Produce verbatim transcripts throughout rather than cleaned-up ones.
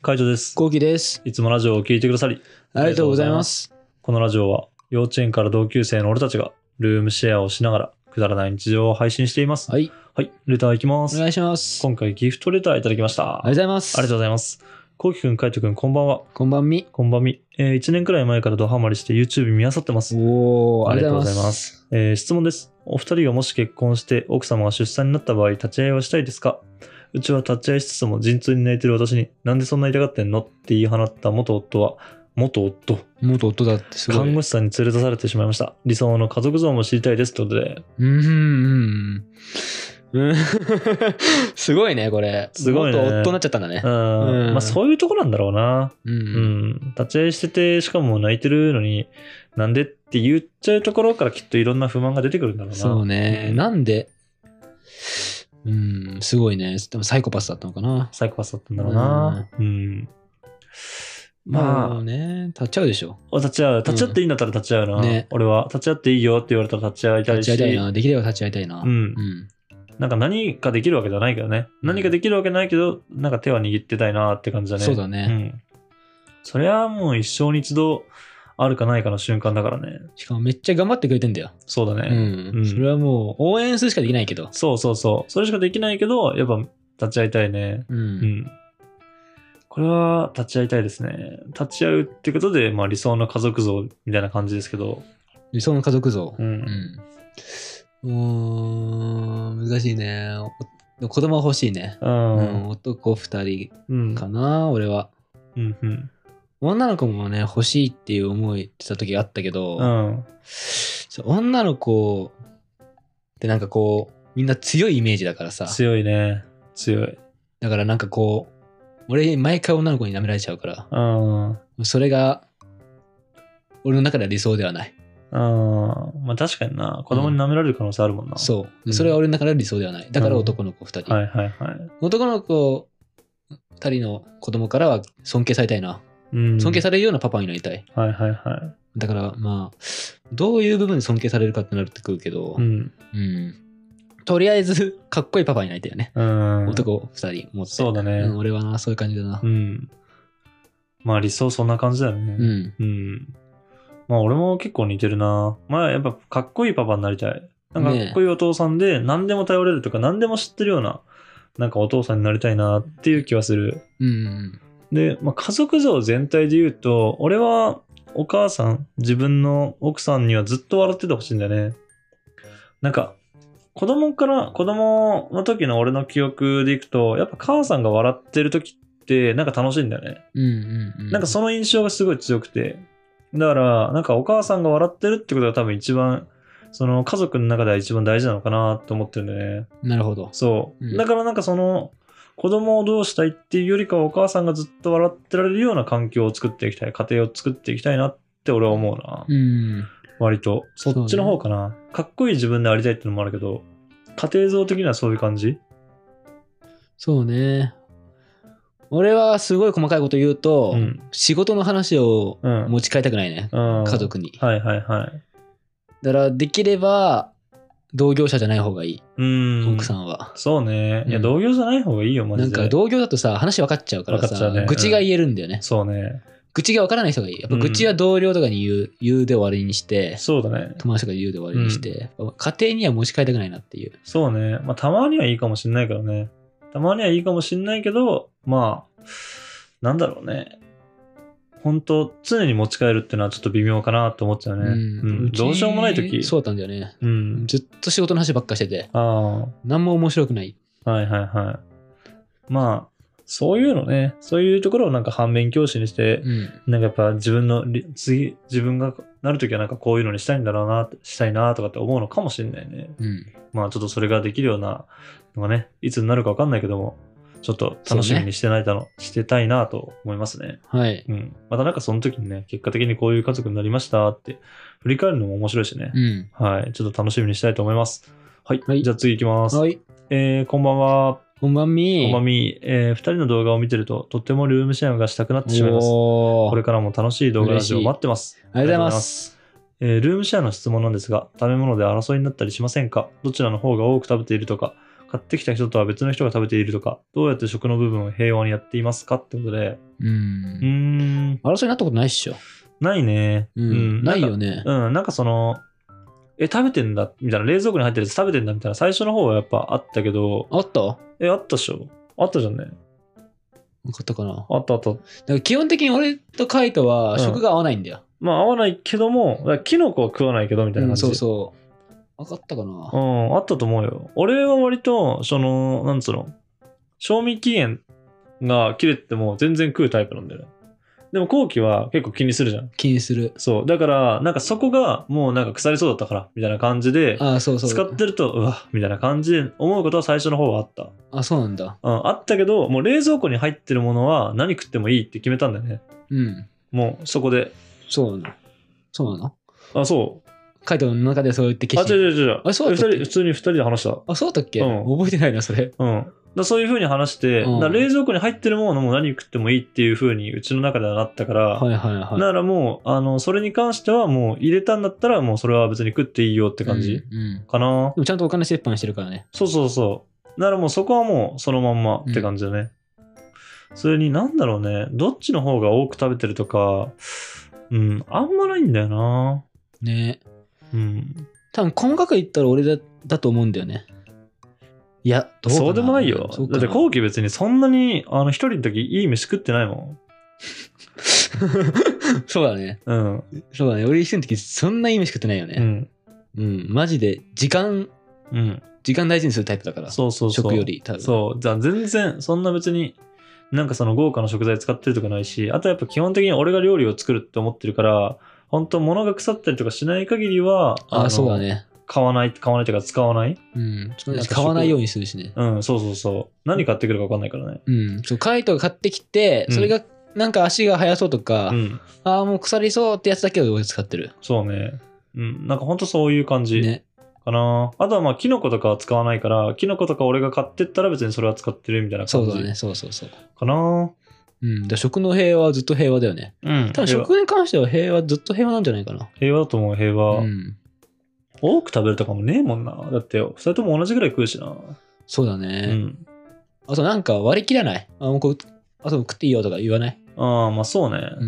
海斗です。 こうきです。 いつもラジオを聞いてくださりありがとうございます。 このラジオは幼稚園から同級生の俺たちがルームシェアをしながらくだらない日常を配信しています。 はい。 はい。レターいきます。 お願いします。 今回ギフトレターいただきました。 ありがとうございます。 ありがとうございます。こうきくん、海斗くん、こんばんは。 こんばんみ。 こんばんみ。えー、いちねんくらい前からドハマりして YouTube 見漁ってます。 おー、ありがとうございます。 ますえー、質問です。お二人がもし結婚して奥様が出産になった場合、立ち会いはしたいですか？うちは立ち会いしつつも陣痛に泣いてる私に、なんでそんな痛がってんのって言い放った元夫は、元夫。 元夫だってすごい。 看護師さんに連れ出されてしまいました。理想の家族像も知りたいですということで。 うーん。うんすごいね、これ。 すごいね。 元夫になっちゃったんだね。 うん。まあそういうとこなんだろうな。 うん。 うん。立ち会いしてて、しかも泣いてるのに、なんでって言っちゃうところからきっといろんな不満が出てくるんだろうな。 そうね。 うん、 なんでうん、すごいね。でもサイコパスだったのかな。 サイコパスだったんだろうな。うん。うんまあね、立ち会うでしょ。 立ち会う。立ち会っていいんだったら立ち会うな。うんね、俺は、立ち会っていいよって言われたら立ち会いたいし。 立ち会いたいな。できれば立ち会いたいな。 うん。うん、なんか何かできるわけじゃないけどね。うん、何かできるわけないけど、なんか手は握ってたいなって感じだね。 そうだね。 うん。それはもう一生に一度あるかないかの瞬間だからね。 しかもめっちゃ頑張ってくれてんだよ。そうだね。うん。うん、それはもう応援するしかできないけど。 そうそうそう。それしかできないけど、やっぱ立ち会いたいね。 うん。うんこれは立ち会いたいですね。立ち会うってことで、まあ理想の家族像みたいな感じですけど。 理想の家族像。 うん。 うん、うーん難しいね。子供は欲しいね。うん。うん、男二人かな、うん、俺は。 うんうん。 女の子もね、欲しいっていう思いってた時があったけど、 うん、 女の子ってなんかこう、みんな強いイメージだからさ。 強いね。強い。 だからなんかこう、俺毎回女の子に舐められちゃうから、 うん、 それが俺の中では理想ではない。 うん、まあ確かにな、子供に舐められる可能性あるもんな。 うん、そう。それは俺の中では理想ではない。だから男の子二人。 うん、はいはいはい。 男の子二人の子供からは尊敬されたいな。うん、尊敬されるようなパパになりたい。 はいはいはい。 だからまあ、どういう部分で尊敬されるかってなるってくるけど、うん。うんとりあえず、かっこいいパパになりたいよね。うん。男二人持って。 そうだね、 うん。俺はな、そういう感じだな。 うん。まあ理想そんな感じだよね。うん。うん。まあ俺も結構似てるな。まあやっぱかっこいいパパになりたい。なんかかっこいいお父さんで何でも頼れるとか何でも知ってるような、なんかお父さんになりたいなっていう気はする。うん。で、まあ家族像全体で言うと、俺はお母さん、自分の奥さんにはずっと笑っててほしいんだよね。なんか、子供から、子供の時の俺の記憶でいくと、やっぱ母さんが笑ってる時ってなんか楽しいんだよね。うんうんうん。なんかその印象がすごい強くて。だから、なんかお母さんが笑ってるってことが多分一番、その家族の中では一番大事なのかなと思ってるんだよね。 なるほど。 そう。うん、だからなんかその、子供をどうしたいっていうよりかはお母さんがずっと笑ってられるような環境を作っていきたい、家庭を作っていきたいなって俺は思うな。うん。割と。そっちの方かな。ね、かっこいい自分でありたいってのもあるけど、家庭像的にはそういう感じ？ そうね。俺はすごい細かいこと言うと、うん、仕事の話を持ち帰りたくないね。うん、家族に。 はいはいはい。 だからできれば、同業者じゃない方がいい。うん。奥さんは。 そうね。いや、同業じゃない方がいいよ、マジで。 なんか同業だとさ、話分かっちゃうからさ、ね、愚痴が言えるんだよね。 うん、そうね。 愚痴が分からない人がいい。やっぱ愚痴は同僚とかに言う、うん、言うで終わりにして、 そうだね。 友達とか言うで終わりにして、うん、家庭には持ち帰りたくないなっていう。 そうね。まあ、たまにはいいかもしんないけどね。たまにはいいかもしんないけど、まあ、なんだろうね。本当常に持ち帰るってのはちょっと微妙かなと思っちゃうね。うんうん、どうしようもないとき。 そうだったんだよね。うん。ずっと仕事の話ばっかしてて。ああ。何も面白くない。 はいはいはい。まあ、そういうのね、そういうところをなんか反面教師にして、うん、なんかやっぱ自分の、次、自分がなるときはなんかこういうのにしたいんだろうな、したいなとかって思うのかもしれないね。うん、まあちょっとそれができるようなのがね、いつになるかわかんないけども、ちょっと楽しみにしてないだろ、ね、してたいなと思いますね。はい。うん。またなんかその時にね、結果的にこういう家族になりましたって振り返るのも面白いしね。うん。はい。ちょっと楽しみにしたいと思います。はい。はい、じゃあ次行きます。はい。えー、こんばんは。 こんばんみー。 こんばんみー。えー、二人の動画を見てると、とってもルームシェアがしたくなってしまいます。これからも楽しい動画ラジオを待ってます。 ありがとうございます。 えー、ルームシェアの質問なんですが、食べ物で争いになったりしませんか？どちらの方が多く食べているとか、 買ってきた人とは別の人が食べているとか、どうやって食の部分を平和にやっていますかってことで。 うん。うーん。争いになったことないっしょ。 ないね。 うん。うん、ないよね。 うん。なんかその、え、食べてんだみたいな、冷蔵庫に入ってるやつ食べてんだみたいな、最初の方はやっぱあったけど。 あった？ え、あったっしょ。あったじゃんね。 分かったかな。 あったあった。だから基本的に俺とカイトは食が合わないんだよ。 うん、まあ合わないけども、キノコは食わないけどみたいな感じ、 うん、そうそう。分かったかな。 うん、あったと思うよ。俺は割と、その、なんつうの、賞味期限が切れても全然食うタイプなんだよね。でも後期は結構気にするじゃん。 気にする。 そう。だから、なんかそこがもうなんか腐りそうだったから、みたいな感じで、 ああ、そうそう。 使ってると、うわ、みたいな感じで思うことは最初の方はあった。 あ、そうなんだ。 うん、あったけど、もう冷蔵庫に入ってるものは何食ってもいいって決めたんだよね。 うん。 もうそこで。 そうなの。そうなの？ あ、そう。 カイトの中でそう言って消し。あ、違う違う違う。 あ、そうだったっけ？ 普通に二人で話した。 あ、そうだったっけ？ うん。 覚えてないな、それ。 うん。だそういう風に話して、うん、だ冷蔵庫に入ってるものも何食ってもいいっていう風にうちの中ではなったから、 はいはいはい。 だからもう、あの、それに関してはもう入れたんだったらもうそれは別に食っていいよって感じかな。うんうん、 でもちゃんとお金折半してるからね。 そうそうそう。だからもうそこはもうそのまんまって感じだね。うん、それになんだろうね、どっちの方が多く食べてるとか、うん、あんまないんだよな。 ね。 うん。 多分細かく言ったら俺だ、だと思うんだよね。いや、 どうかな。そうでもないよ。だって後期別にそんなに、あの、一人の時いい飯食ってないもん。 そうだね。 うん。 そうだね。俺一緒の時そんないい飯食ってないよね。うん。うん。マジで時間、うん。時間大事にするタイプだから。 そうそうそう。 食より多分。 そう。じゃあ全然、そんな別に、なんかその豪華な食材使ってるとかないし、あとやっぱ基本的に俺が料理を作るって思ってるから、本当物が腐ったりとかしない限りは、 ああ、そうだね。 買わない、買わないというか使わない。 うん。買わないようにするしね。 うん、そうそうそう。何買ってくるか分かんないからね。 うん。そう、カイトが買ってきて、それがなんか足が速そうとか、うん、ああ、もう腐りそうってやつだけを俺使ってる。 そうね。うん。なんかほんとそういう感じ。ね。かな。あとはまあキノコとかは使わないから、キノコとか俺が買ってったら別にそれは使ってるみたいな感じ。 そうだね。そうそうそう。 かな。 うん。だ食の平和はずっと平和だよね。うん。多分食に関しては平和、ずっと平和なんじゃないかな。 平和だと思う、平和。うん。多く食べるとかもねえもんな。だってよ、ふたりとも同じぐらい食うしな。 そうだね。うん。あとなんか割り切らない。あ、もうこう、あと食っていいよとか言わない。 ああ、まあそうね。うん。うん。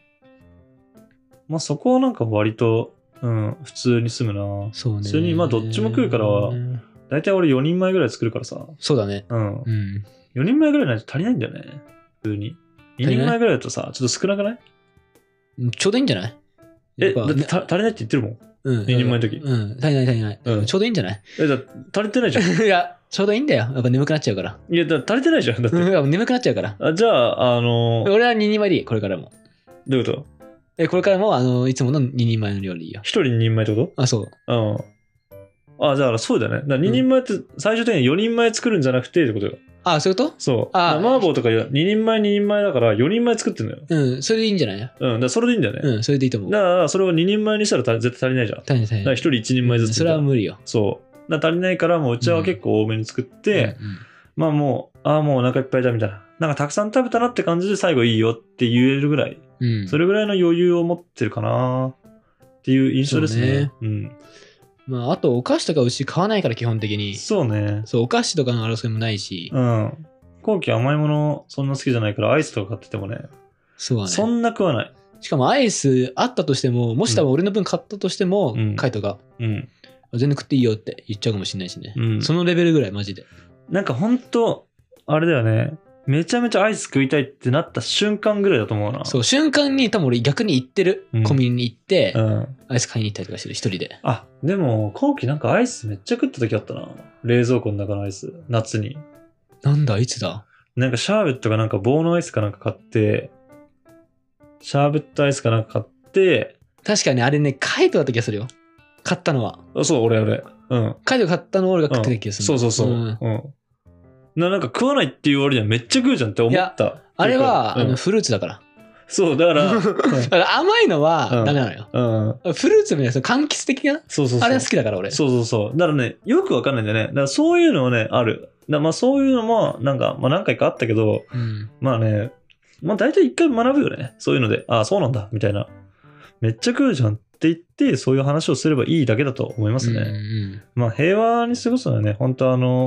まあそこはなんか割と、うん、普通に済むな。そうね。普通に、まあどっちも食うからは、だいたい俺よにんまえぐらい作るからさ。 そうだね。 うん。うん、よにんまえぐらいないと足りないんだよね。普通に。ににんまえぐらいだとさ、ちょっと少なくない？ ちょうどいいんじゃない？ え、だって足りないって言ってるもん。うん。ににんまえの時。 うん。足りない足りない。うん。ちょうどいいんじゃない？ え、だ足りてないじゃん。 いや、ちょうどいいんだよ。やっぱ眠くなっちゃうから。 いや、だ足りてないじゃん。だって。 眠くなっちゃうから。 あ、じゃあ、あのー、 俺はににんまえでいい、これからも。 どういうこと？ え、これからも、あのー、いつものににんまえの料理いいよ。 一人ににんまえってこと？ あ、そう。 うん。あ、じゃあ、そうだよね。だからににんまえって最終的によにんまえ作るんじゃなくてってことよ。 あ、そういうこと？ そう。あ、麻婆とかににんまえににんまえだからよにんまえ作ってんだよ。 うん、それでいいんじゃない？ うん、だからそれでいいんだよね。 うん、それでいいと思う。 だからそれをににんまえにしたら絶対足りないじゃん。 足りない足りない。だから一人一人前ずつ、 うん。それは無理よ。 そう。だから足りないからもううちは結構多めに作って、うんうんうん、まあもう、ああ、もうお腹いっぱいだみたいな。なんかたくさん食べたなって感じで最後いいよって言えるぐらい。うん、それぐらいの余裕を持ってるかなっていう印象ですね。ね、うん。 まあ、あとお菓子とかうち買わないから基本的に。 そうね。 そう、お菓子とかの争いもないし。 うん。後期甘いものそんな好きじゃないからアイスとか買っててもね。 そうだね。 そんな食わない。 しかもアイスあったとしても、もし多分俺の分買ったとしても、うん、カイトが、うん、全然食っていいよって言っちゃうかもしれないしね。うん、そのレベルぐらいマジで。なんかほんと、あれだよね。めちゃめちゃアイス食いたいってなった瞬間ぐらいだと思うな。そう、瞬間に多分俺逆に行ってる。うん、コンビニに行って、うん、アイス買いに行ったりとかしてる、一人で。あ、でも、後期なんかアイスめっちゃ食った時あったな。冷蔵庫の中のアイス。夏に。なんだ、いつだ？なんかシャーベットかなんか棒のアイスかなんか買って、シャーベットアイスかなんか買って、確かにあれね、カイトだった気がするよ。買ったのは。あ、そう、俺俺。うん。カイト買ったのを俺が食ってた気がする、うん。そうそうそう。うん。うんな、なんか食わないっていう割にはめっちゃ食うじゃんって思った。あれは、うん、あのフルーツだから。そう、だから。だから甘いのはダメなのよ。うん、フルーツみたいな、柑橘的なそうそうそう。あれは好きだから俺。そうそうそう。だからね、よくわかんないんだよね。だからそういうのはね、ある。だまあそういうのも、なんか、まあ何回かあったけど、うん、まあね、まあ大体一回学ぶよね。そういうので、ああ、そうなんだ、みたいな。めっちゃ食うじゃんって言って、そういう話をすればいいだけだと思いますね。うんうん、まあ平和に過ごすのはね、本当あの、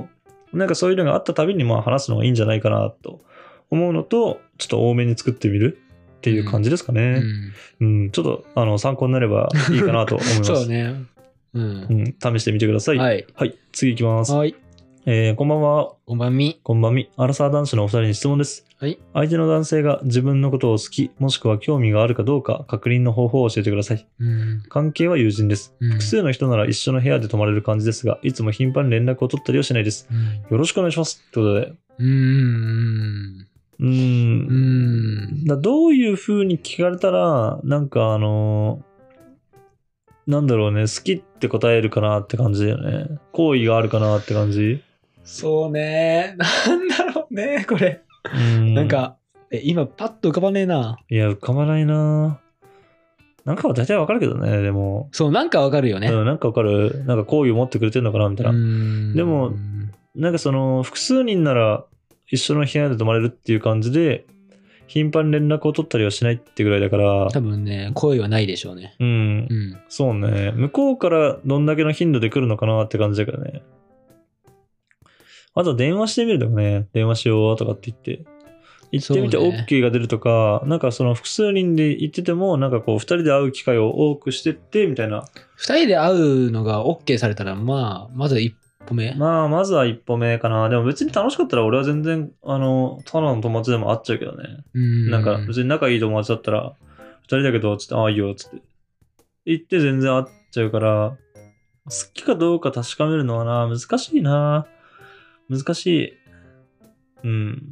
なんかそういうのがあったたびにまあ話すのがいいんじゃないかなと思うのと、ちょっと多めに作ってみるっていう感じですかね。うん。うん、ちょっとあの参考になればいいかなと思います。 そうね。うん、 うん。試してみてください。はい。はい。次いきます。はい。えー、こんばんは。 こんばんみ。 こんばんみ。アラサー男子のお二人に質問です。はい。相手の男性が自分のことを好き、もしくは興味があるかどうか確認の方法を教えてください。うん、関係は友人です、うん。複数の人なら一緒の部屋で泊まれる感じですが、いつも頻繁に連絡を取ったりはしないです。うん、よろしくお願いします。ということで。うーん。うーん。うーん。だどういう風に聞かれたら、なんかあのー、なんだろうね、好きって答えるかなって感じだよね。好意があるかなって感じ。 そうね。なんだろうね、これ。うんなんか、え、今パッと浮かばねえな。 いや、浮かばないな。なんかは大体わかるけどね、でも。 そう、なんかわかるよね。 うん、なんかわかる。なんか好意を持ってくれてるのかな、みたいな。でも、なんかその、複数人なら一緒の部屋で泊まれるっていう感じで、頻繁に連絡を取ったりはしないってぐらいだから。 多分ね、好意はないでしょうね。 うん。うん、そうね。向こうからどんだけの頻度で来るのかなって感じだけどね。あと電話してみるとかね、電話しようとかって言って、行ってみて OK が出るとか、ね、なんかその複数人で行ってても、なんかこう二人で会う機会を多くしてって、みたいな。 二人で会うのが OK されたら、まあ、まず一歩目。 まあ、まずは一歩目かな。でも別に楽しかったら俺は全然、あの、ただの友達でも会っちゃうけどね。うんなんか別に仲いい友達だったら、二人だけど、つって、ああ、いいよ、つって。行って全然会っちゃうから、好きかどうか確かめるのはな、難しいな。難しい。うん。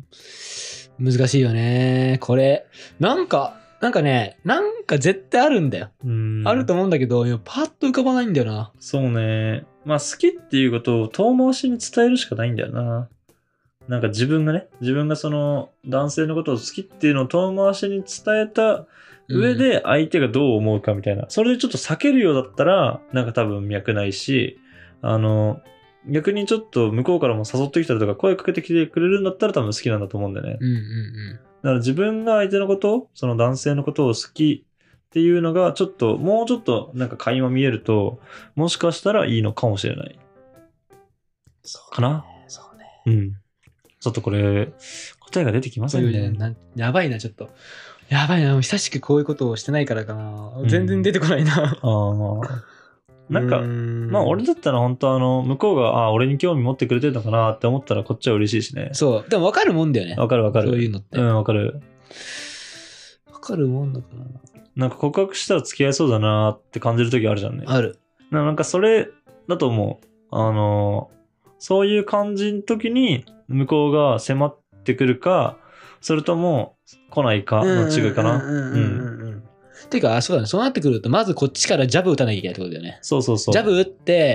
難しいよね。これ、なんか、なんかね、なんか絶対あるんだよ。うんあると思うんだけど、パッと浮かばないんだよな。 そうね。まあ好きっていうことを遠回しに伝えるしかないんだよな。なんか自分がね、自分がその男性のことを好きっていうのを遠回しに伝えた上で相手がどう思うかみたいな。うん、それでちょっと避けるようだったら、なんか多分脈ないし、あの、逆にちょっと向こうからも誘ってきたりとか声かけてきてくれるんだったら多分好きなんだと思うんだよね。うんうんうん、だから自分が相手のことを、その男性のことを好きっていうのがちょっと、もうちょっとなんか垣間見えると、もしかしたらいいのかもしれない。そうかな。そうね。うん。ちょっとこれ、答えが出てきませんね。 なやばいな、ちょっと。やばいな、久しくこういうことをしてないからかな。うん、全然出てこないな。ああ。 なんか、まあ俺だったら本当あの、向こうが、あ俺に興味持ってくれてるのかなって思ったらこっちは嬉しいしね。 そう。でも分かるもんだよね。 分かる分かる。 そういうのって。 うん、分かる。 分かるもんだからな。 なんか告白したら付き合いそうだなって感じる時あるじゃんね。 ある。 なんかそれだと思う。あの、そういう感じの時に向こうが迫ってくるか、それとも来ないかの違いかな。うん。 てか、そうだね。そうなってくると、まずこっちからジャブ打たなきゃいけないってことだよね。 そうそうそう。 ジャブ打って、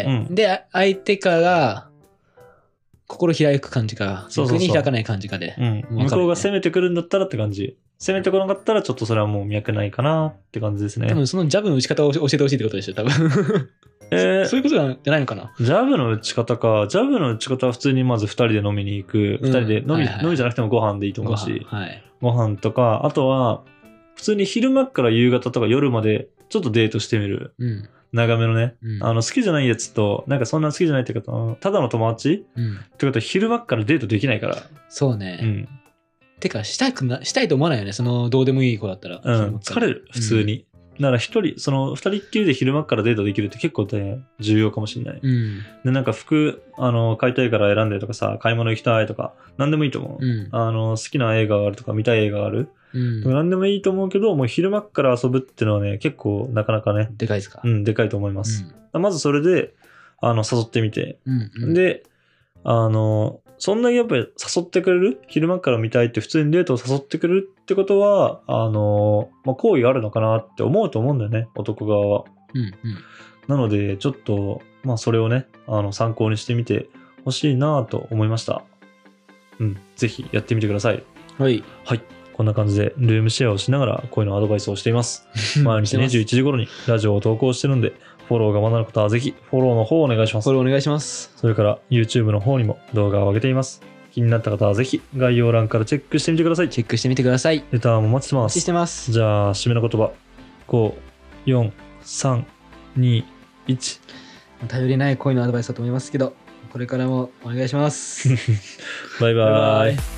うん、で、相手から心開く感じか、逆に開かない感じかで。 うん。向こうが攻めてくるんだったらって感じ。攻めてこなかったら、ちょっとそれはもう脈ないかなって感じですね。 多分そのジャブの打ち方を教えてほしいってことでしょ、多分。えー、そういうことじゃないのかな。 ジャブの打ち方か。ジャブの打ち方は普通にまず二人で飲みに行く。二、うん、人で飲み、はいはい、飲みじゃなくてもご飯でいいと思うし。ご飯、はい、ご飯とか、あとは、普通に昼間から夕方とか夜までちょっとデートしてみる。うん、長めのね、うん。あの、好きじゃないやつと、なんかそんな好きじゃないって方、ただの友達、うん、ってことは昼間からデートできないから。 そうね。うん。てか、したくな、したいと思わないよね。その、どうでもいい子だったら。 うん。疲れる、普通に。うん、だから一人、その二人っきりで昼間からデートできるって結構ね、重要かもしれない。うん。で、なんか服、あの、買いたいから選んでとかさ、買い物行きたいとか、なんでもいいと思う。うん。あの、好きな映画があるとか、見たい映画がある。うん。なんでもいいと思うけど、もう昼間から遊ぶっていうのはね、結構なかなかね。 でかいですか？ うん、でかいと思います。うん、まずそれで、あの、誘ってみて。うんうん、で、あの、そんなにやっぱり誘ってくれる？昼間から見たいって普通にデートを誘ってくれるってことは、あの、まあ、好意があるのかなって思うと思うんだよね、男側は。うんうん、なので、ちょっと、まあ、それをね、あの、参考にしてみてほしいなと思いました。うん、ぜひやってみてください。 はい。 はい。こんな感じでルームシェアをしながら恋のアドバイスをしています。毎日ねじゅういちじ頃にラジオを投稿してるんで、フォローがまだの方はぜひフォローの方をお願いします。 フォローお願いします。 それから YouTube の方にも動画を上げています。気になった方はぜひ概要欄からチェックしてみてください。 チェックしてみてください。 レターもお待ちしてます。お待ちしてます。 じゃあ、締めの言葉。ご、よん、さん、に、いち。 頼りない恋のアドバイスだと思いますけど、 これからもお願いします。 バイバイ。バイバイ。